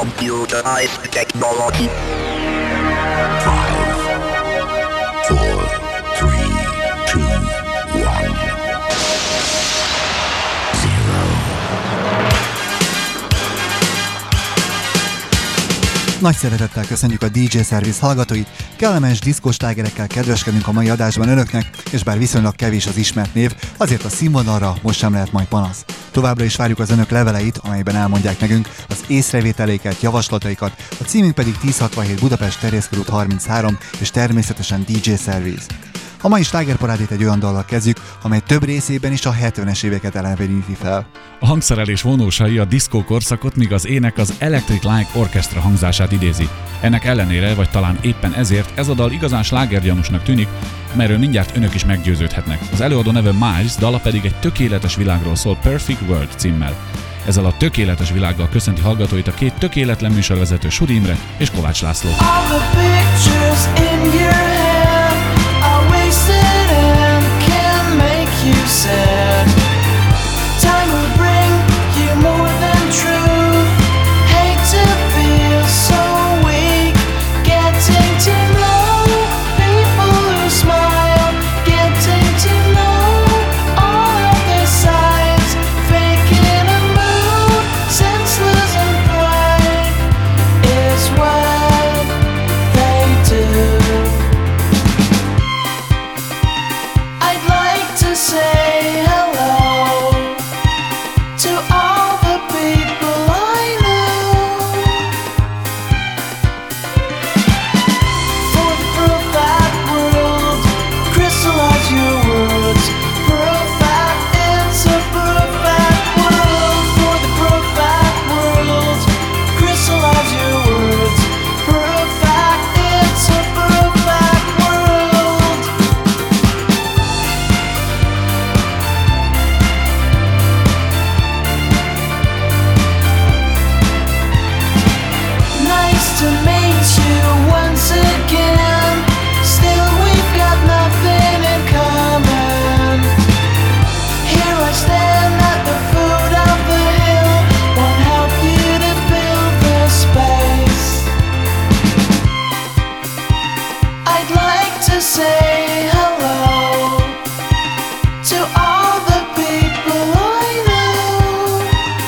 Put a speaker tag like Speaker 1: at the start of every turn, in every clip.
Speaker 1: Computerized technology.
Speaker 2: 5, 4, 3, 2, 1, 0.
Speaker 3: Nagy szeretettel köszönjük a DJ Service hallgatóit, kellemes diszkós tágerekkel kedveskedünk a mai adásban önöknek, és bár viszonylag kevés az ismert név, azért a színvonalra most sem lehet majd panasz. Továbbra is várjuk az önök leveleit, amelyben elmondják nekünk az észrevételeiket, javaslataikat, a címünk pedig 1067 Budapest, Terjeszkör út 33, és természetesen DJ Service. A mai slágerparádét egy olyan dallal kezdjük, amely több részében is a 70-es éveket eleveníti fel.
Speaker 4: A hangszerelés vonósai a diszkó korszakot, míg az ének az Electric Light Orchestra hangzását idézi. Ennek ellenére, vagy talán éppen ezért ez a dal igazán slágergyanúsnak tűnik, merről mindjárt önök is meggyőződhetnek. Az előadó neve Miles, dala pedig egy tökéletes világról szól, Perfect World címmel. Ezzel a tökéletes világgal köszönti hallgatóit a két tökéletlen műsorvezető, Sudi Imre és Kovács László.
Speaker 5: Time will bring you more than truth. Hate to feel so weak. Getting to know people who smile. Getting to know all of their sides. Faking a mood, senseless and pride is what they do. I'd like to say hello to all the people I know. For the perfect world, crystallize your words. Perfect, it's a perfect world. For the perfect world, crystallize your words. Perfect, it's a perfect world. Nice to meet you once again. Still we've got nothing in common. Here I stand at the foot of the hill. Won't help you to build the space. I'd like to say hello to all the people I know.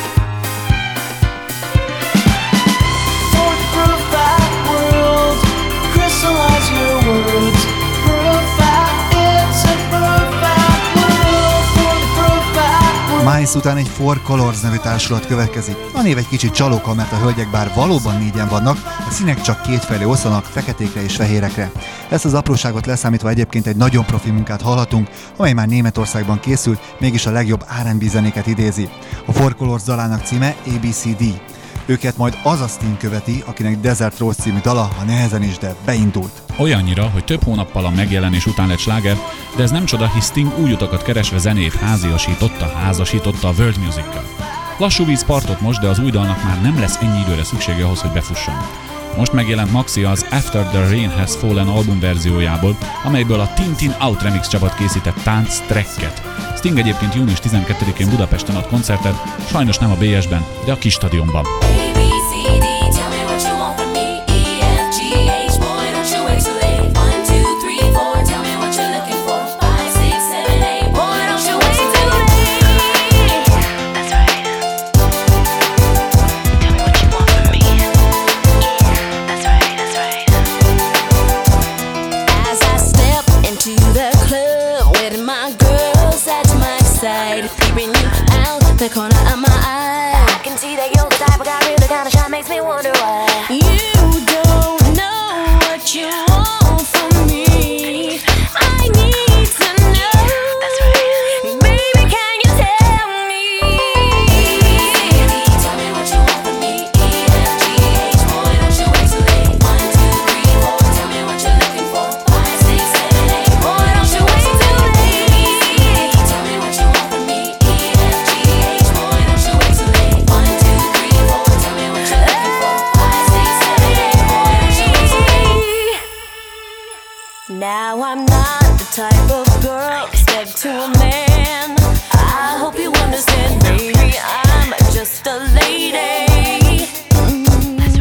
Speaker 5: For the perfect world, crystallize your words. Perfect, it's a perfect world. For the perfect world.
Speaker 3: Miles után egy Four Colors nevű társulat következik. A név egy kicsit csalóka, mert a hölgyek bár valóban négyen vannak, a színek csak kétfelé oszlanak, feketékre és fehérekre. Ezt az apróságot leszámítva egyébként egy nagyon profi munkát hallhatunk, amely már Németországban készült, mégis a legjobb R&B zenéket idézi. A Four Colors dalának címe ABCD. Őket majd az a Sting követi, akinek Desert Rose című dala, ha nehezen is, de beindult.
Speaker 4: Olyannyira, hogy több hónappal a megjelenés után lett sláger, de ez nem csoda, hisz Sting új utakat keresve zenét házasította a world music-kal. Lassú víz partot most, de az új dalnak már nem lesz ennyi időre szüksége ahhoz, hogy befusson. Most megjelent Maxi az After the Rain Has Fallen album verziójából, amelyből a Tintin Out Remix csapat készített tánc tracket. Sting egyébként június 12-én Budapesten ad koncertet, sajnos nem a BS-ben, de a kis stadionban.
Speaker 6: The corner of my eye, I can see that you're the type of guy really kinda shy, makes me wonder why. You don't know what you want from me. I need to know. That's right. Baby, can you tell me? Tell me what you want from me. E-F-G-H, boy, don't you wait too late. 1, 2, 3, 4. Tell me what you're looking for. 5, 6, 7, 8. Boy, don't you wait too late. Tell me what you want from me. Now I'm not the type of girl step to a man. I hope you understand, baby, I'm just a lady. That's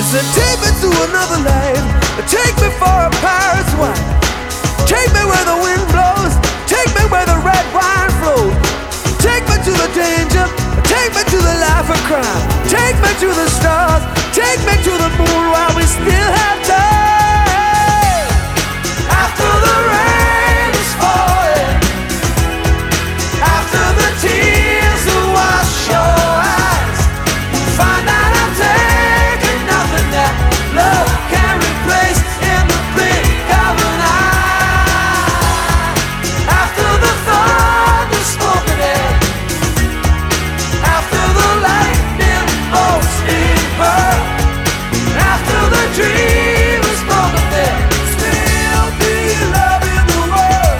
Speaker 5: said, take me to another life, take me for a pirate's wife. Take me where the wind blows, take me where the red wine flows. Take me to the danger, take me to the life of crime. Take me to the stars, take me to the moon while we still have time. After the rain is falling, after the tears will wash your eyes, find out I'm taking nothing that love can replace in the blink of an eye. After the thunder spoken air, after the lightning bolts in her, after the dream is spoken there, still be love in the world,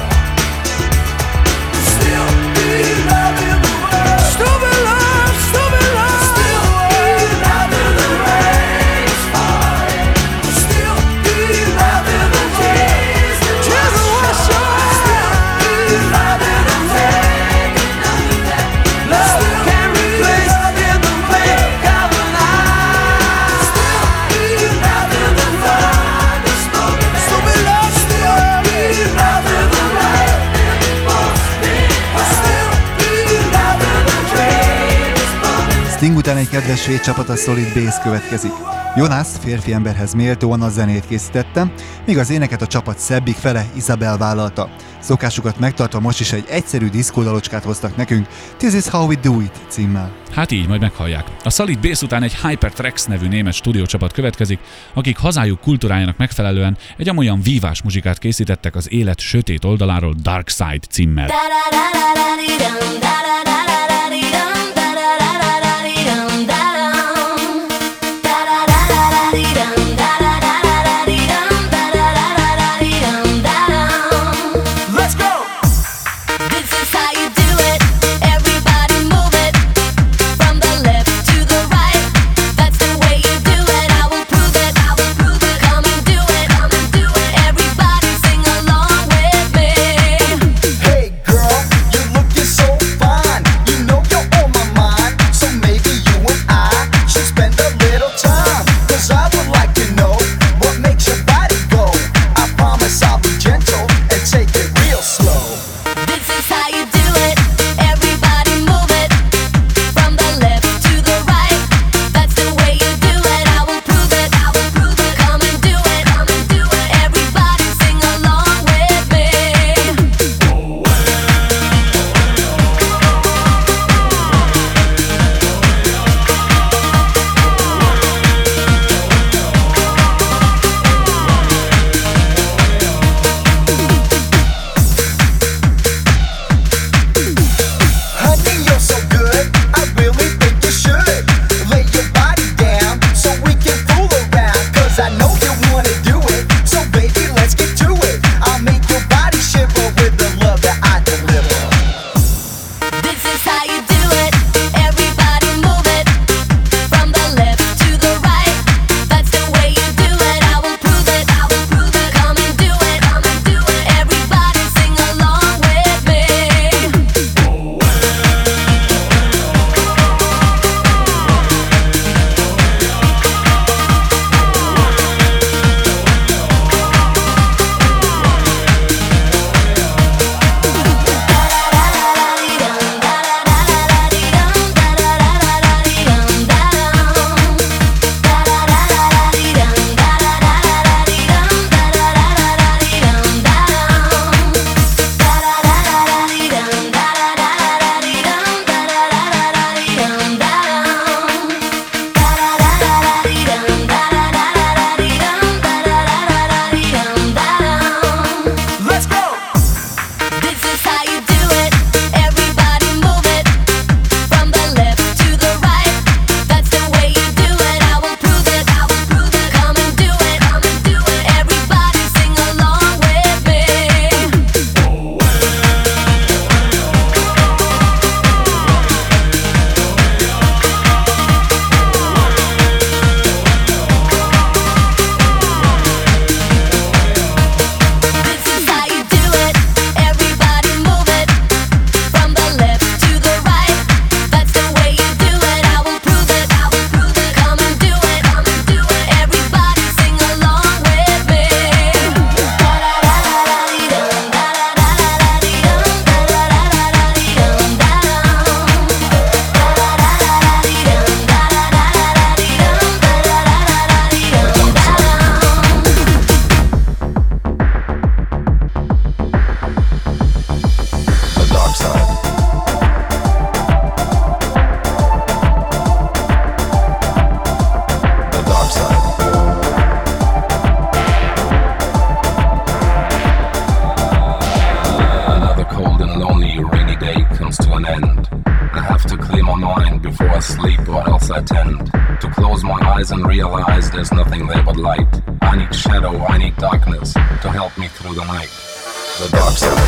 Speaker 5: still be love in the world, still be love, still be love, still be love in the rain is falling, still be love in the tears will wash your eyes, still be love in the taking nothing that love can replace in the blink of an eye. Still be love in the thunder spoken, still be love, still be love in the lightning bolts in her, still be love in the dream is spoken.
Speaker 3: Sting után egy kedves svéd csapat, a Solid Bass következik. Jonas férfi emberhez méltóan a zenét készítette, míg az éneket a csapat szebbik fele, Isabel vállalta. Szokásukat megtartva most is egy egyszerű diszkódalocskát hoztak nekünk, This is how we do it címmel.
Speaker 4: Hát így, majd meghallják. A Solid Bass után egy Hypertrax nevű német stúdiócsapat következik, akik hazájuk kultúrájának megfelelően egy amolyan vívás muzsikát készítettek az élet sötét oldaláról Dark Side címmel.
Speaker 5: Let's go!
Speaker 6: This is how you do it. Everybody move it from the left to the right. That's the way you do it. I will prove it. I will prove it. Come and do it. Come and do it. Everybody sing along with me.
Speaker 5: Hey girl, you're looking so fine.
Speaker 7: I tend to close my eyes and realize there's nothing there but light. I need shadow, I need darkness to help me through the night. The dark side.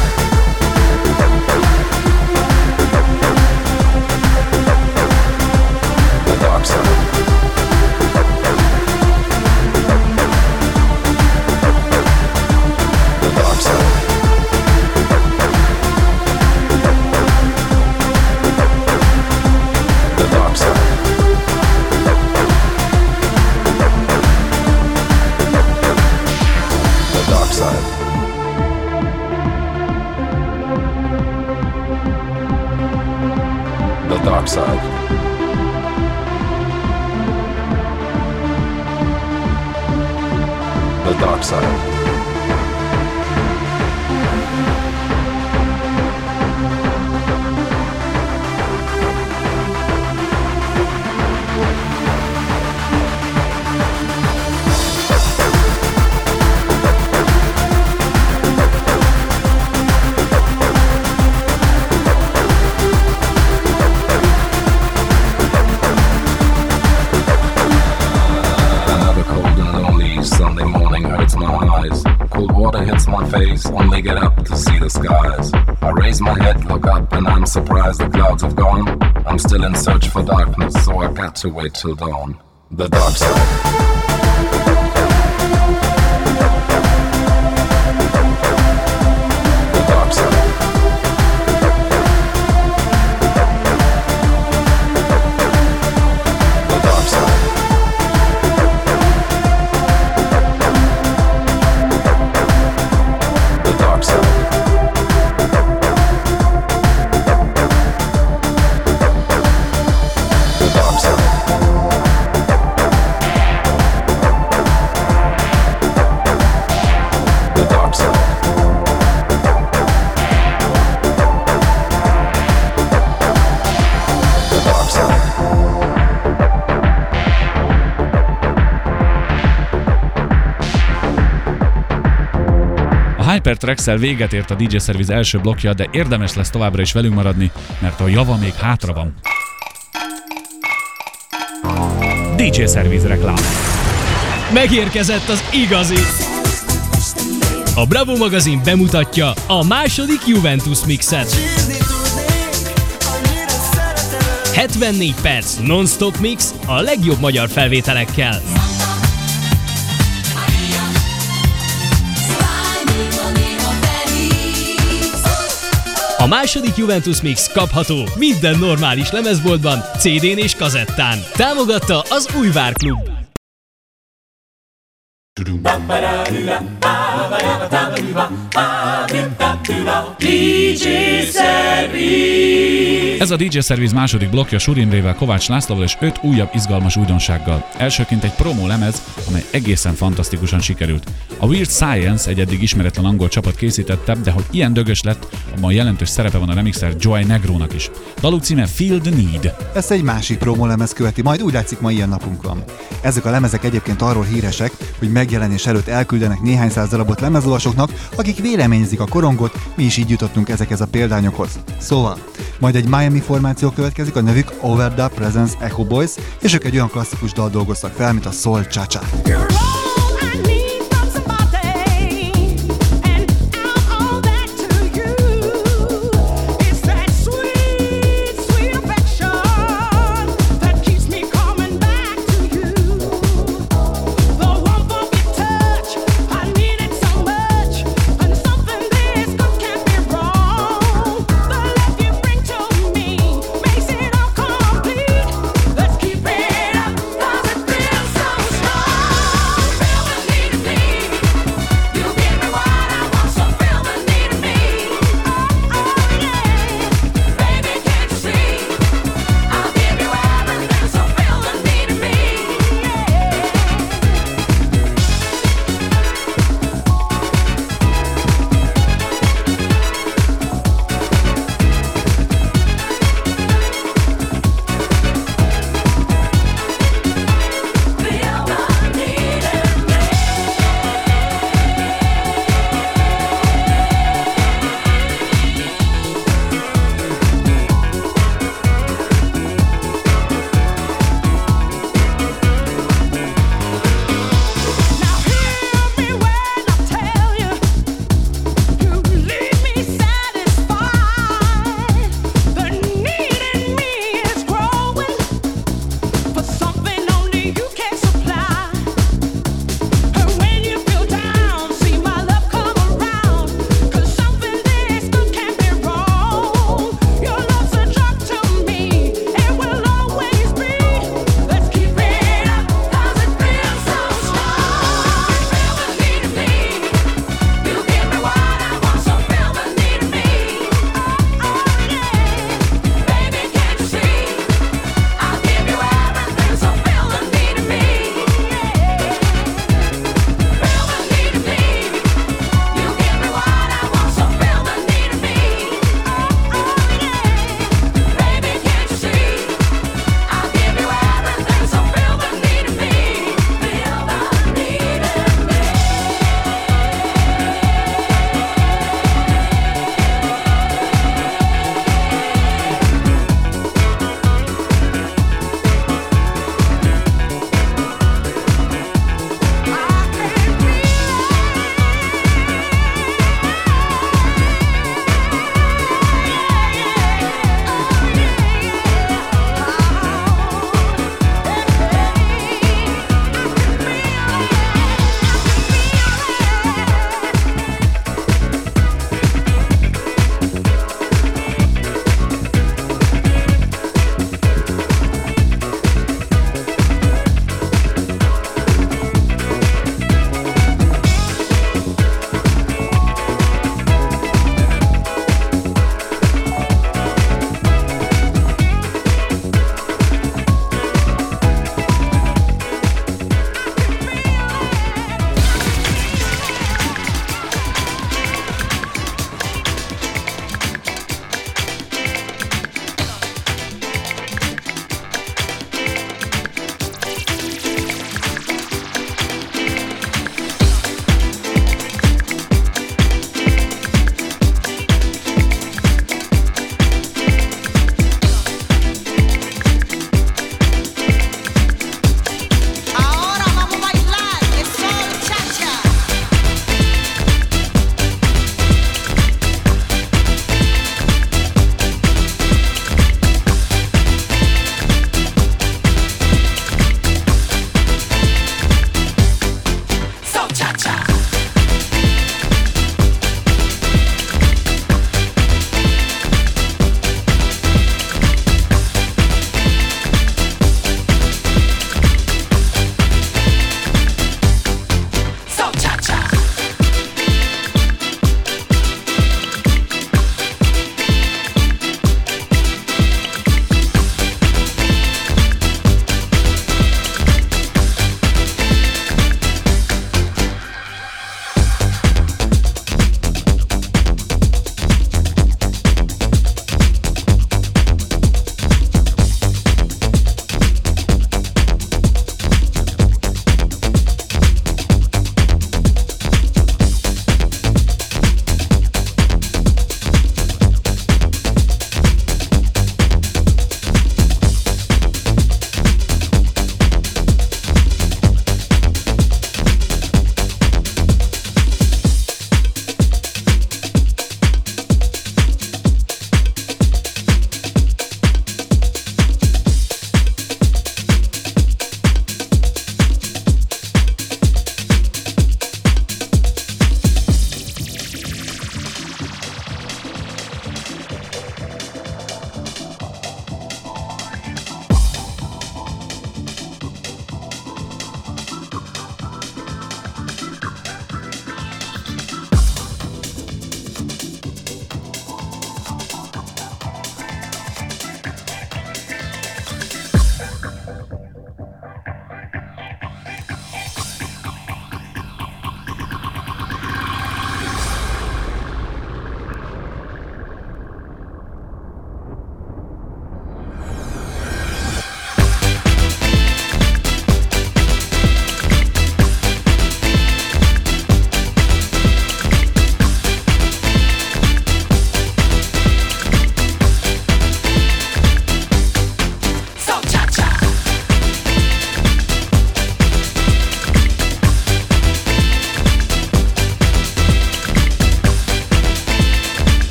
Speaker 7: The dark side. The dark side. The dark side. The dark side. The dark side. The dark side. Hits my face, only get up to see the skies. I raise my head, look up, and I'm surprised the clouds have gone. I'm still in search for darkness, so I got to wait till dawn. The dark side. The dark side. The dark side.
Speaker 4: Hypertracks-el véget ért a DJ Service első blokkja, de érdemes lesz továbbra is velünk maradni, mert a java még hátra van. DJ Service reklám.
Speaker 8: Megérkezett az igazi! A Bravo magazin bemutatja a második Juventus mixet. 74 perc non-stop mix a legjobb magyar felvételekkel. A második Juventus Mix kapható minden normális lemezboltban, CD-n és kazettán. Támogatta az Újvár Klub.
Speaker 5: DJ Service.
Speaker 4: Ez a DJ Service második blokkja Suri Imrével, Kovács Lászlóval és 5 újabb izgalmas újdonsággal. Elsőként egy promó lemez, amely egészen fantasztikusan sikerült. A Weird Science egy eddig ismeretlen angol csapat készítette, de hogy ilyen dögös lett, abban jelentős szerepe van a remixer Joy Negrónak is. Daluk címe Feel the Need.
Speaker 3: Ezt egy másik promó lemez követi, majd úgy látszik, ma ilyen napunk van. Ezek a lemezek egyébként arról híresek, hogy megjelenés előtt elküldenek néhány száz darabot lemezolvasóknak, akik véleményezik a korongot, mi is így jutottunk ezekhez a példányokhoz. Szóval, majd egy Miami formáció következik, a nevük Overdub Presence Echo Boys, és ők egy olyan klasszikus dal dolgoztak fel, mint a Soul Cha-Cha.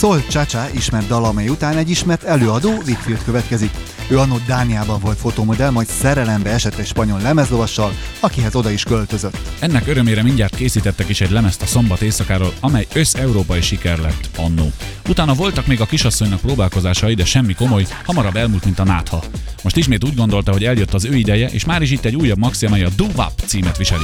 Speaker 3: Soul Cha-Cha ismert dalamai után egy ismert előadó, Whitfield következik. Ő annó Dániában volt fotomodell, majd szerelembe esett egy spanyol lemezlovassal, akihez oda is költözött.
Speaker 4: Ennek örömére mindjárt készítettek is egy lemezt a szombat éjszakáról, amely össz-európai siker lett annó. Utána voltak még a kisasszonynak próbálkozásai, de semmi komoly, hamarabb elmúlt, mint a nátha. Most ismét úgy gondolta, hogy eljött az ő ideje, és már is itt egy újabb maxi, amely a Do Wop címet viseli.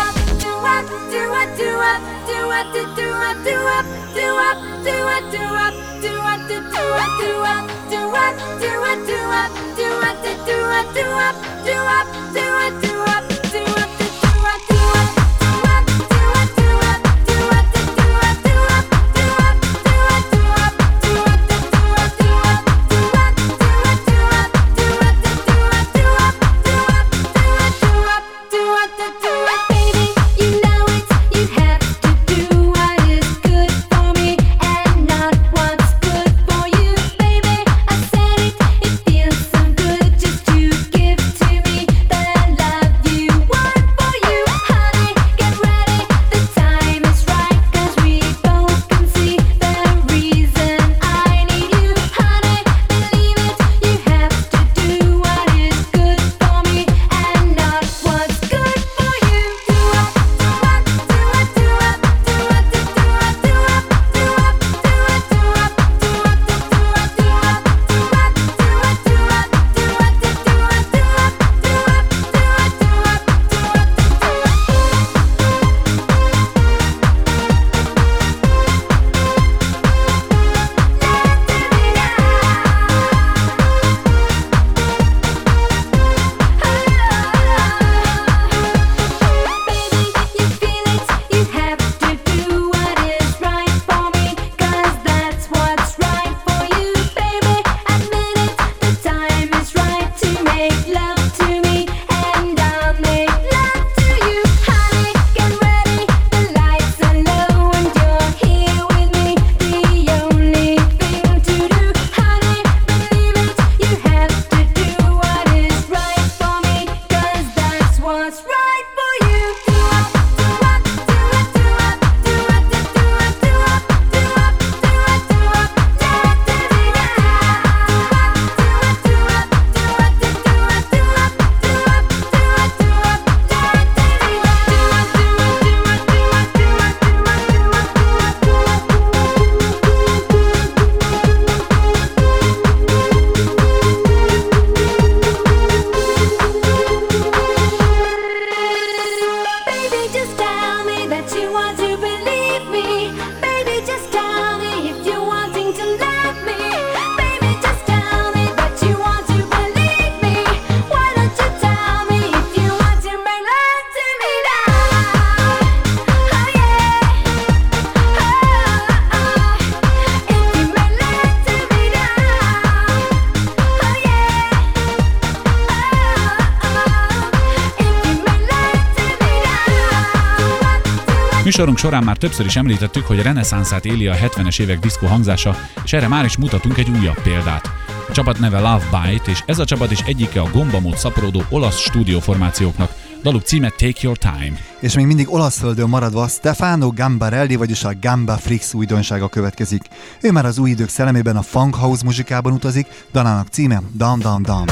Speaker 4: Műsorunk során már többször is említettük, hogy reneszánszát éli a 70-es évek diszkó hangzása, és erre már is mutatunk egy újabb példát. A csapat neve Love Bite, és ez a csapat is egyike a gombamód szaporodó olasz stúdióformációknak. Daluk címe Take Your Time.
Speaker 3: És még mindig olasz földön maradva Stefano Gambarelli, vagyis a Gamba Frix újdonsága következik. Ő már az új idők szellemében a funk house muzsikában utazik, dalának címe Dam Dam Dam.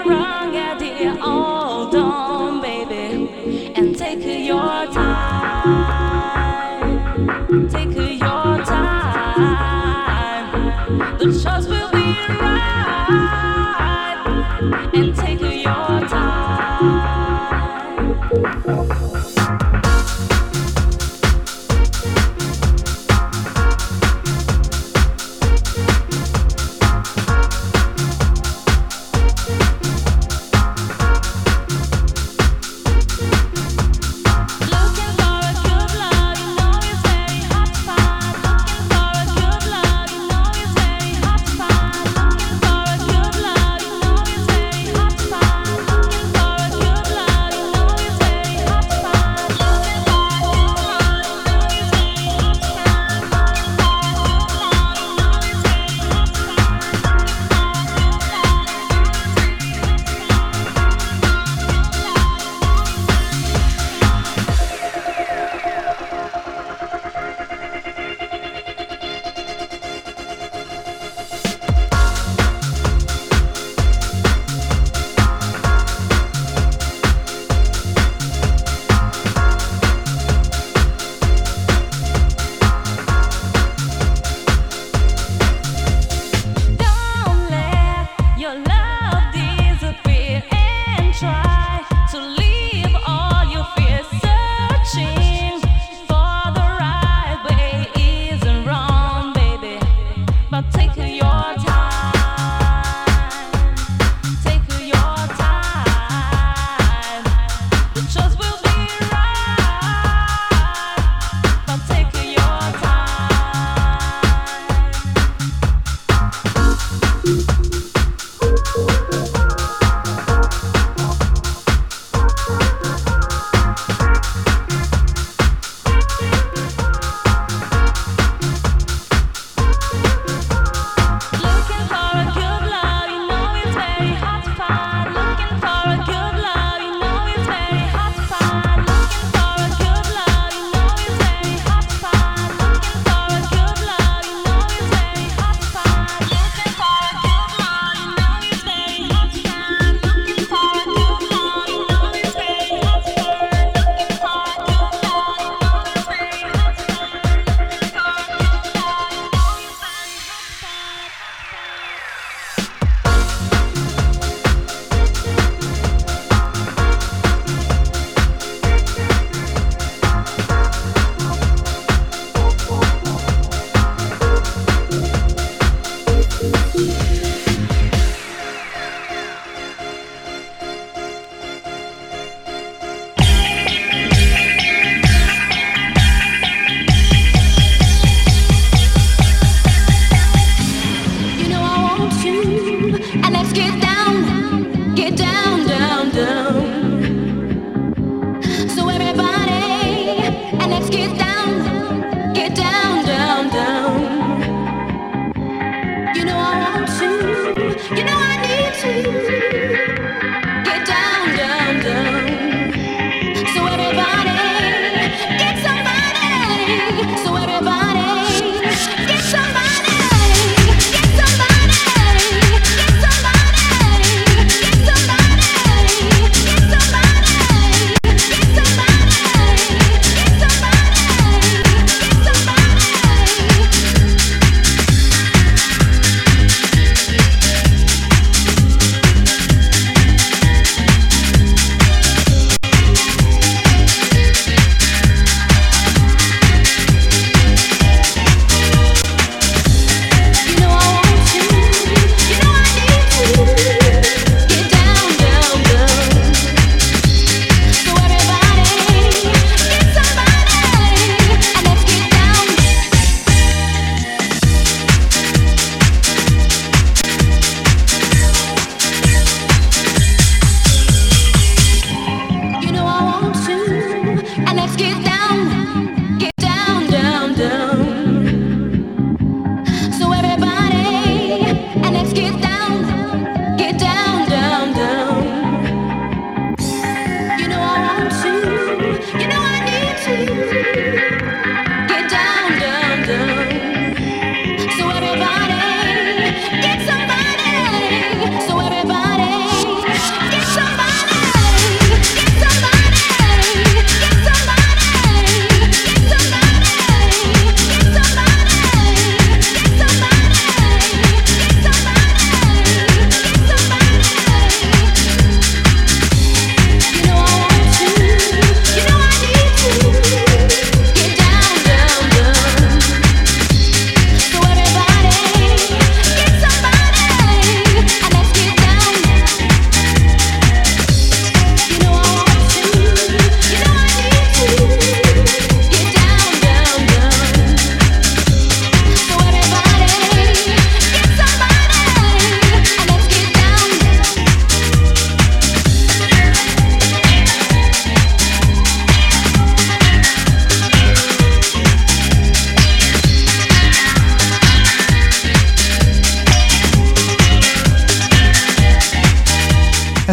Speaker 6: Your time.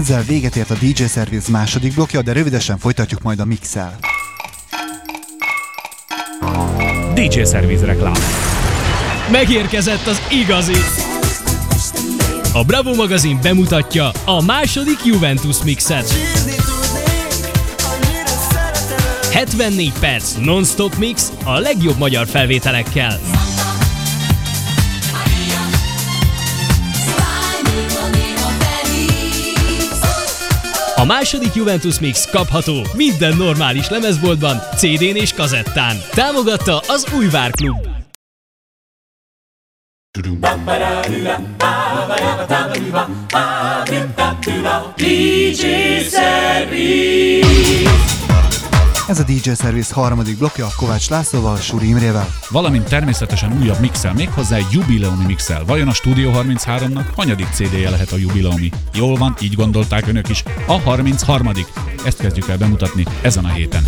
Speaker 3: Ezzel véget ért a DJ Service második blokkja, de rövidesen folytatjuk majd a mixel.
Speaker 4: DJ Service reklám.
Speaker 8: Megérkezett az igazi! A Bravo magazin bemutatja a második Juventus mixet. 74 perc non-stop mix a legjobb magyar felvételekkel. A második Juventus mix kapható minden normális lemezboltban, CD-n és kazettán. Támogatta az Újvár Klub.
Speaker 5: DJ Service.
Speaker 3: Ez a DJ Service harmadik blokkja Kovács Lászlóval, Suri Imrével.
Speaker 4: Valamint természetesen újabb mixel, méghozzá egy jubileumi mixel. Vajon a Studio 33-nak hanyadik CD-je lehet a jubileumi? Jól van, így gondolták önök is. A 33. Ezt kezdjük el bemutatni ezen a héten.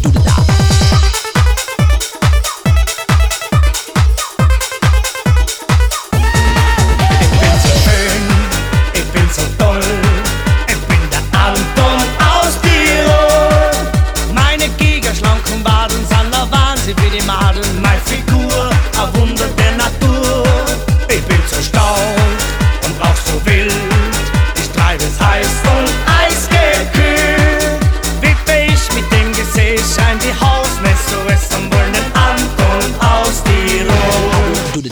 Speaker 5: Wie die Madel, meine Figur, ein Wunder der Natur. Ich bin so stark und auch so wild. Ich treibe es heiß und eisgekühlt. Wippe ich mit dem Gesicht, scheint die Hausmesse, es am wollenden Anton aus Tirol.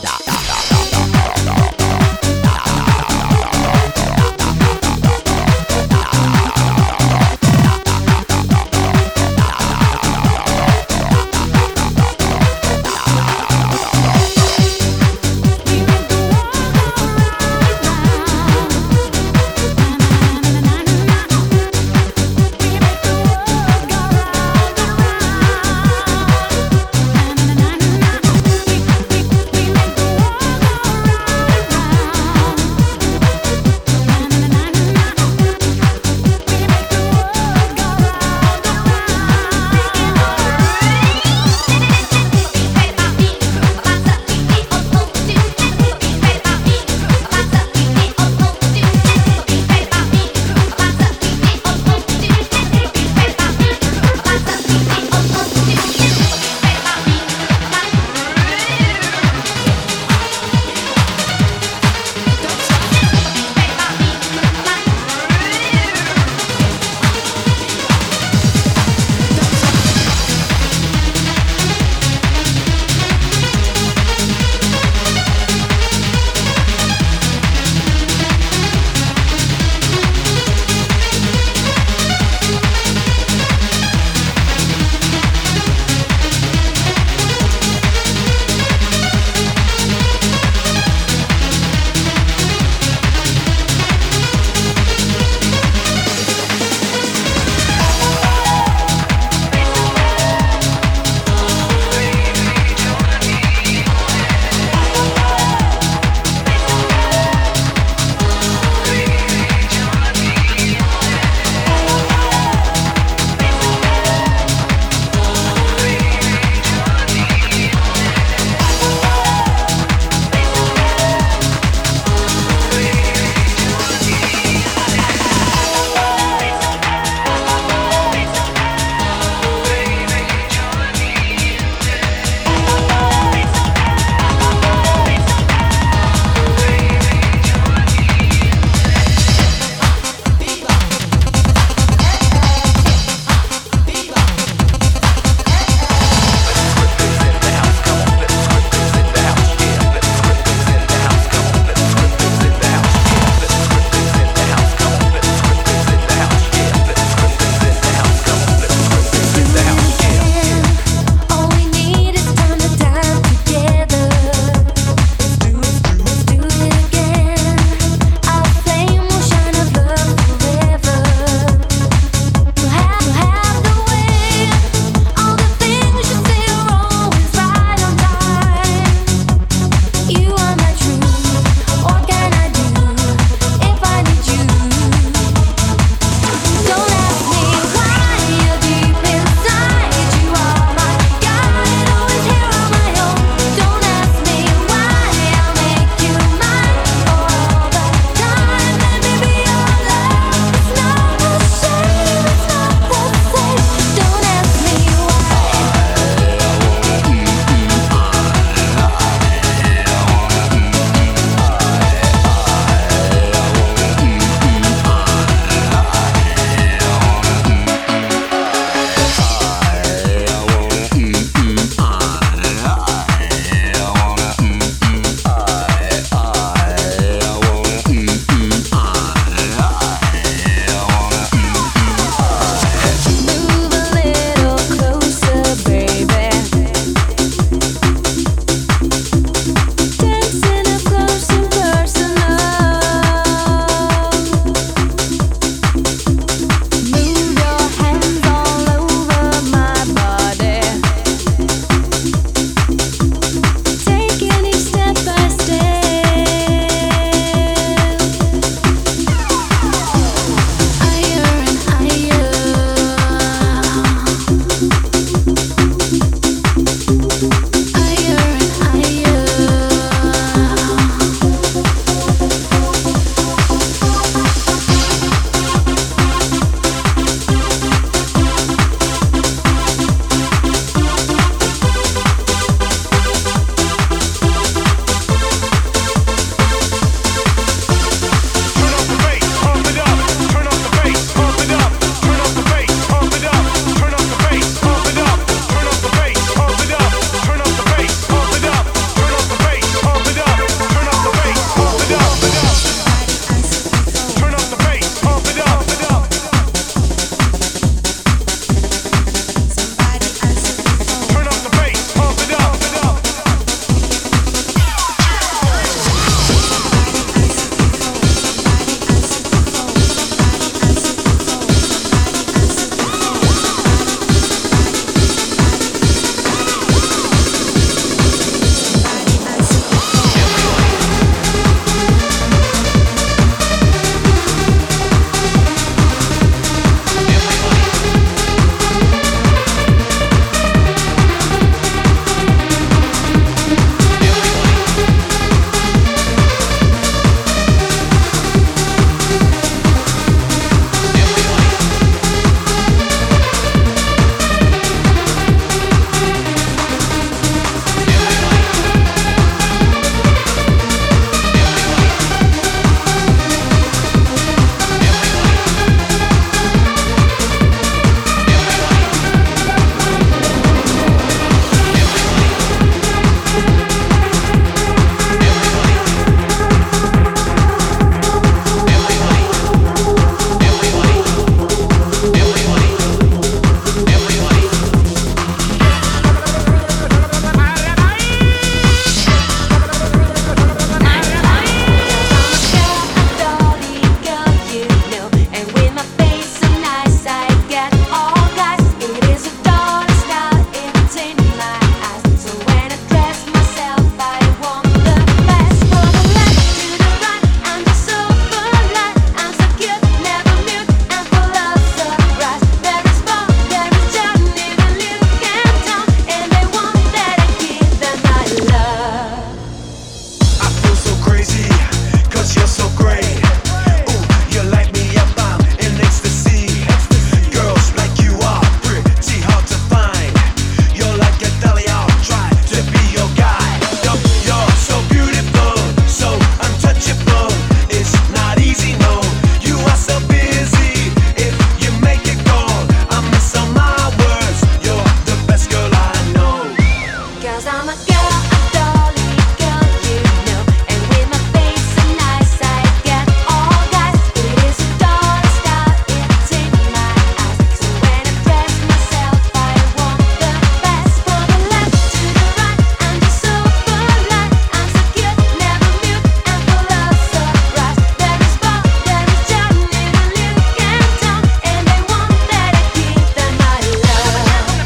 Speaker 6: 'Cause I'm a girl, a dolly girl, you know. And with my face and eyesight, get all guys. It is a dollar style, it's in my eyes. So when I dress myself, I want the best. For the left to the right, I'm just so polite. I'm so cute, never mute, and full of surprise. There is Bob, there is John, little Luke and Tom, and they want that I give them my love.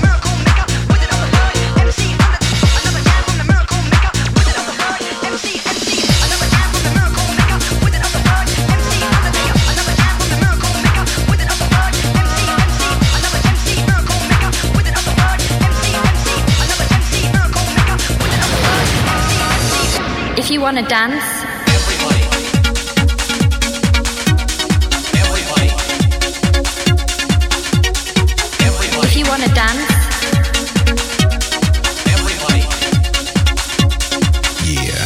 Speaker 6: If you wanna dance, if you wanna dance,
Speaker 2: Yeah.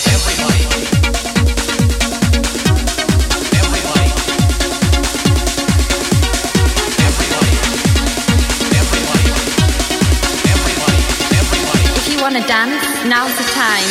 Speaker 6: if you wanna dance, now's the time.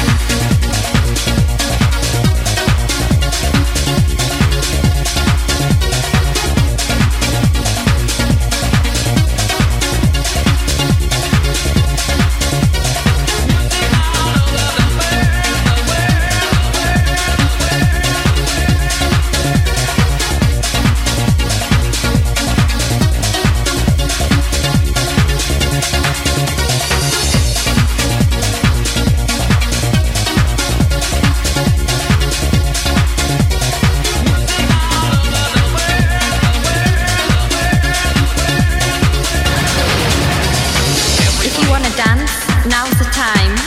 Speaker 6: If you wanna dance, now's the time.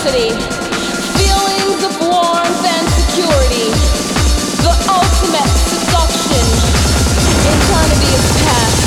Speaker 9: electricity, feelings of warmth and security, the ultimate seduction, eternity is past.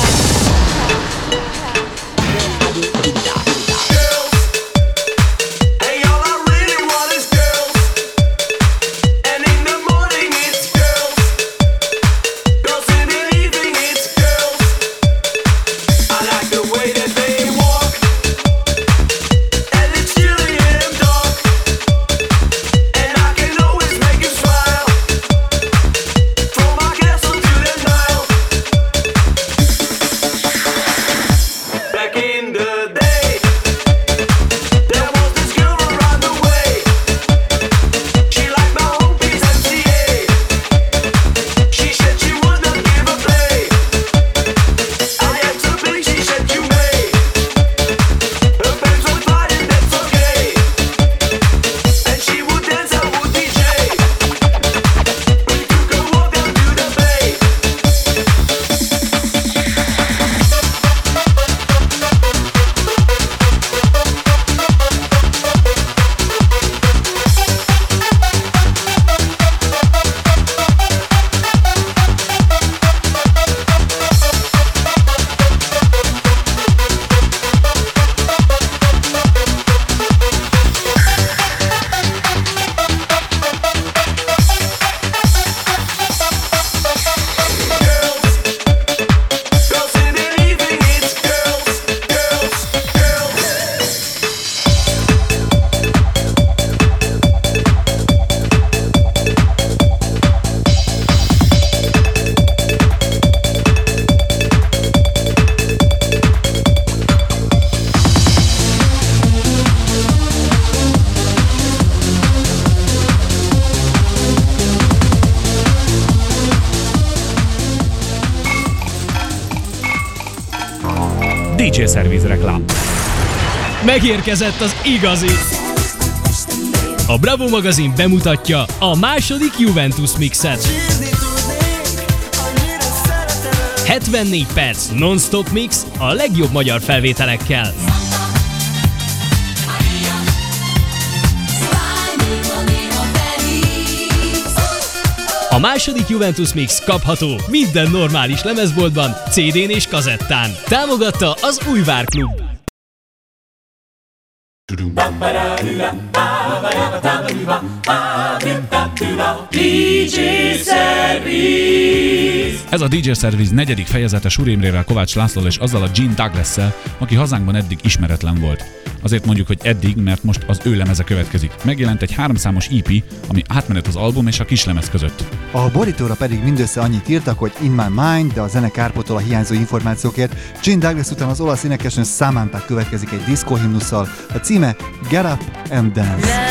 Speaker 4: DJ Service reklám.
Speaker 8: Megérkezett az igazi! A Bravo magazin bemutatja a második Juventus mixet. 74 perc non-stop mix a legjobb magyar felvételekkel. A második Juventus mix kapható minden normális lemezboltban, CD-n és kazettán. Támogatta az Újvár Klub.
Speaker 5: DJ Service.
Speaker 4: Ez a DJ Service negyedik fejezete Suri Imrével, Kovács Lászlóval és azzal a Gene Douglassel, aki hazánkban eddig ismeretlen volt. Azért mondjuk, hogy eddig, mert most az ő lemeze következik. Megjelent egy 3 számos EP, ami átmenet az album és a kislemez között.
Speaker 3: A borítóra pedig mindössze annyit írtak, hogy In My Mind, de a zene kárpótol a hiányzó információkért. Gene Douglas után az olasz énekesnő Samantha következik egy diszkóhimnusszal. A címe Get Up and Dance.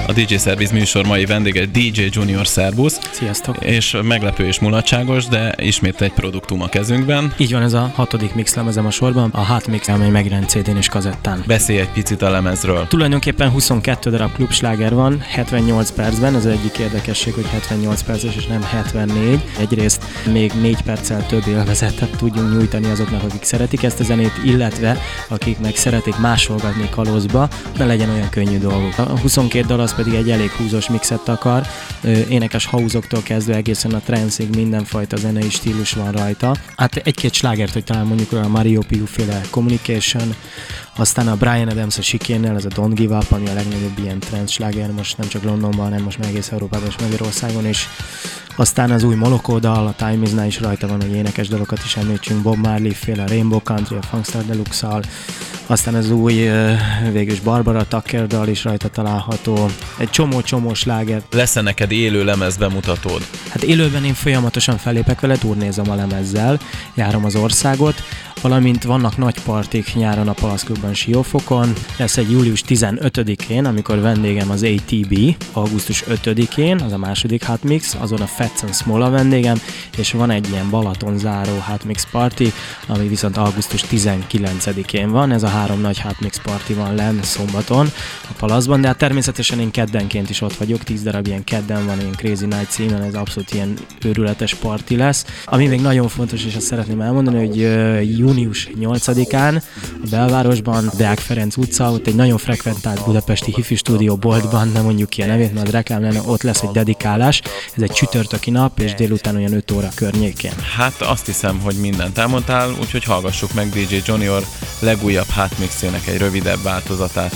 Speaker 10: A DJ Service műsor mai vendége DJ Junior, szervusz.
Speaker 11: Sziasztok.
Speaker 10: És meglepő és mulatságos, de ismét egy produktum a kezünkben.
Speaker 11: Így van, ez a 6. mix lemezem a sorban, a Hot Mix, amely megjelent CD-n és kazettán.
Speaker 10: Beszélj egy picit a lemezről.
Speaker 11: Tulajdonképpen 22 darab klubsláger van, 78 percben, ez egyik érdekesség, hogy 78 perces és nem 74. Egyrészt még 4 perccel több élvezetet tudjunk nyújtani azoknak, akik szeretik ezt a zenét, illetve akiknek szeretik másolgatni kalózba, ne legyen olyan könnyű dolguk. A 22 dal az pedig egy elég húzós mixet akar, énekes hausoktól kezdve egészen a tranceig mindenfajta zenei stílus van rajta. Hát egy-két slágert, hogy talán mondjuk a Mario Piu féle Communication, aztán a Bryan Adams a Chicane-nel, ez a Don't Give Up, ami a legnagyobb ilyen trance sláger, most nem csak Londonban, hanem most már egész Európában és Magyarországon is. Aztán az új Moloko dal, a Time Is Now is rajta van, hogy énekes dalokat is említsünk, Bob Marley féle Rainbow Country, a Funkstar Deluxe-al, aztán az új végülis Barbara Tucker dal is rajta található, egy csomó sláger.
Speaker 10: Lesz-e neked élő lemez bemutatód?
Speaker 11: Hát élőben én folyamatosan fellépek vele, turnézom a lemezzel, járom az országot, valamint vannak nagy partik nyáron a Palace Clubban Siófokon, lesz egy július 15-én, amikor vendégem az ATB, augusztus 5-én, az a második Hot Mix, azon a Fats and Small a vendégem, és van egy ilyen Balaton záró Hot Mix party, ami viszont augusztus 19-én van, ez a 3 nagy Hot Mix party van lenn szombaton a Palacban, de hát természetesen én keddenként is ott vagyok, 10 darab ilyen kedden van, ilyen Crazy Night címen, ez abszolút ilyen őrületes party lesz. Ami még nagyon fontos, és azt szeretném elmondani, hogy június 8-án a belvárosban, a Deák Ferenc utca, ott egy nagyon frekventált budapesti hifi stúdió boltban, nem mondjuk ki a nevét, mert a reklám lenne, ott lesz egy dedikálás, ez egy csütörtöki nap, és délután olyan 5 óra környékén.
Speaker 10: Hát azt hiszem, hogy mindent elmondtál, úgyhogy hallgassuk meg DJ Junior legújabb Hot Mixének egy rövidebb változatát.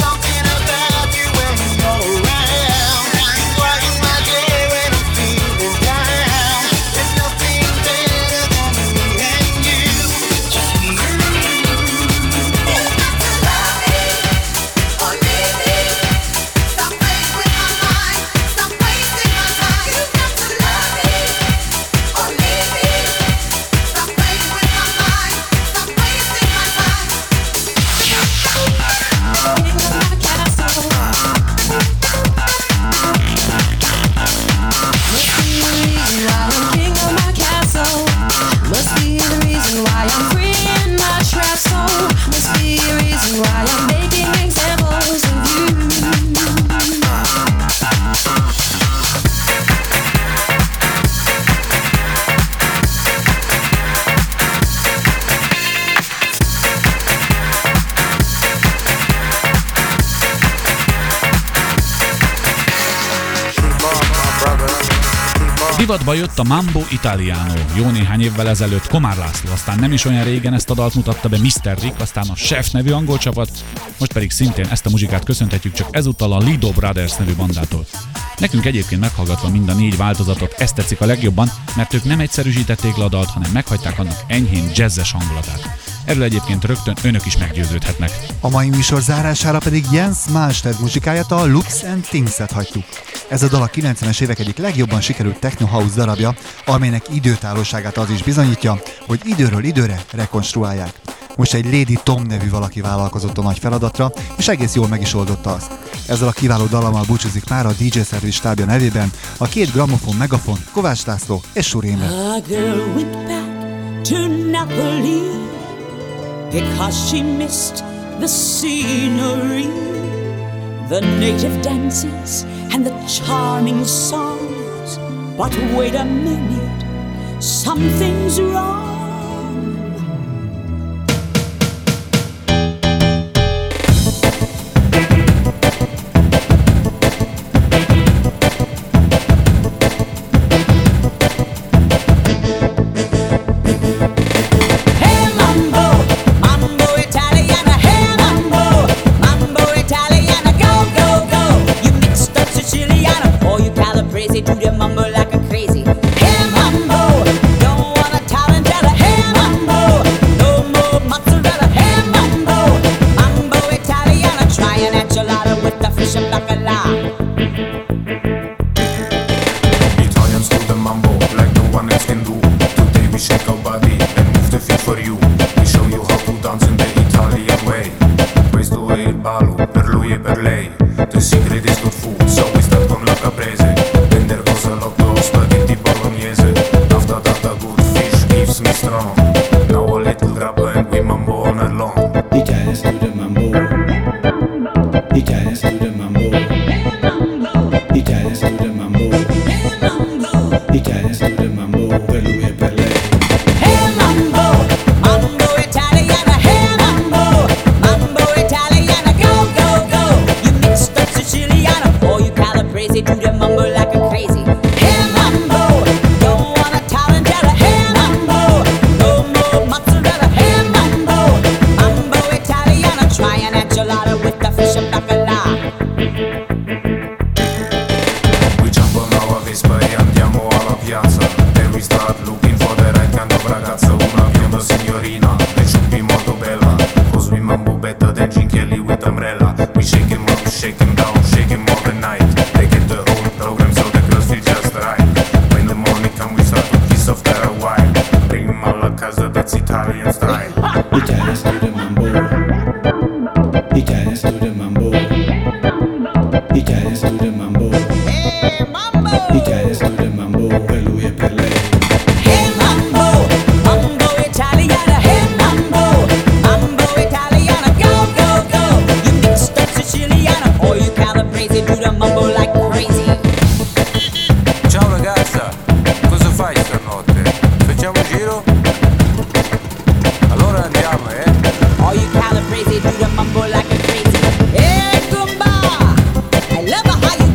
Speaker 10: Divatba jött a Mambo Italiano. Jó néhány évvel ezelőtt Komár László, aztán nem is olyan régen ezt a dalt mutatta be Mr. Rick, aztán a Chef nevű angol csapat, most pedig szintén ezt a muzsikát köszönhetjük, csak ezúttal a Lido Brothers nevű bandától. Nekünk egyébként meghallgatva mind a 4 változatot ezt tetszik a legjobban, mert ők nem egyszerűsítették le a dalt, hanem meghagyták annak enyhén jazzes hangulatát. Erről egyébként rögtön önök is meggyőződhetnek.
Speaker 3: A mai műsor zárására pedig Jens Malmsted muzikáját, a Looks and Things-et hagytuk. Ez a dal a 90-es évek egyik legjobban sikerült techno house darabja, amelynek időtállóságát az is bizonyítja, hogy időről időre rekonstruálják. Most egy Lady Tom nevű valaki vállalkozott a nagy feladatra, és egész jól meg is oldotta azt. Ezzel a kiváló dalammal búcsúzik már a DJ Service stábja nevében a 2 grammofon megafon, Kovács László és Suri Imre.
Speaker 12: Because she missed the scenery, the native dances and the charming songs. But wait a minute, something's wrong.
Speaker 13: The secret is good food, so we start con la caprese. Then there goes a lot of spaghetti bolognese. After that the good fish keeps me strong. Now a little grabber and we mambo all night long.
Speaker 14: Italians do the mambo. Italians do the mambo. Italians do the mambo. Italians do the mambo. Per lui e per lei.
Speaker 12: Hey mambo, mambo Italiana. Hey mambo, mambo Italiana. Go, go, go. You mixed up Siciliana, or you calabrese, do the mambo like a crazy. Hey mambo, don't want a tarantella. Hey mambo, no more mozzarella. Hey mambo, mambo Italiana. Try an enchilada with the fish and bacala.
Speaker 13: We jump on our Vespa e andiamo alla piazza. Then we start looking for the right kind of ragazza. Una bionda signorina, and should be molto bella. Cause we mambo better than Gene Kelly with umbrella. We shake him up, shake him down, shake him all the night. They get the whole program so the girls feel just right. When the morning come we start to kiss off their wine. Bring him alla casa, that's Italian style.
Speaker 14: Italians do the mambo. Italians do the mambo. Italians do the mambo. Italians do the mambo. Per lui e per lei.
Speaker 12: Hey mambo, mambo Italiana. Hey mambo, mambo Italiana. Go, go, go. You mixed up Siciliana, or you calabrese, do the mambo like crazy.
Speaker 13: Ciao ragazza, cosa fai stanotte? Facciamo un giro? Allora andiamo,
Speaker 12: Or you calabrese, do the mambo like a crazy. Hey Goomba, I love how you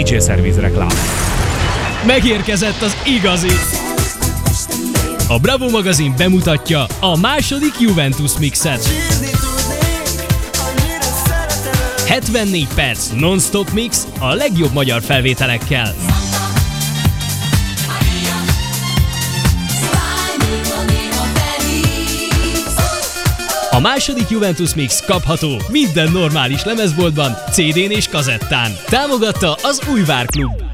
Speaker 4: DJ Service reklám.
Speaker 8: Megérkezett az igazi! A Bravo magazin bemutatja a második Juventus mixet. 74 perc non-stop mix a legjobb magyar felvételekkel. A második Juventus mix kapható minden normális lemezboltban, CD-n és kazettán. Támogatta az Újvár Klub.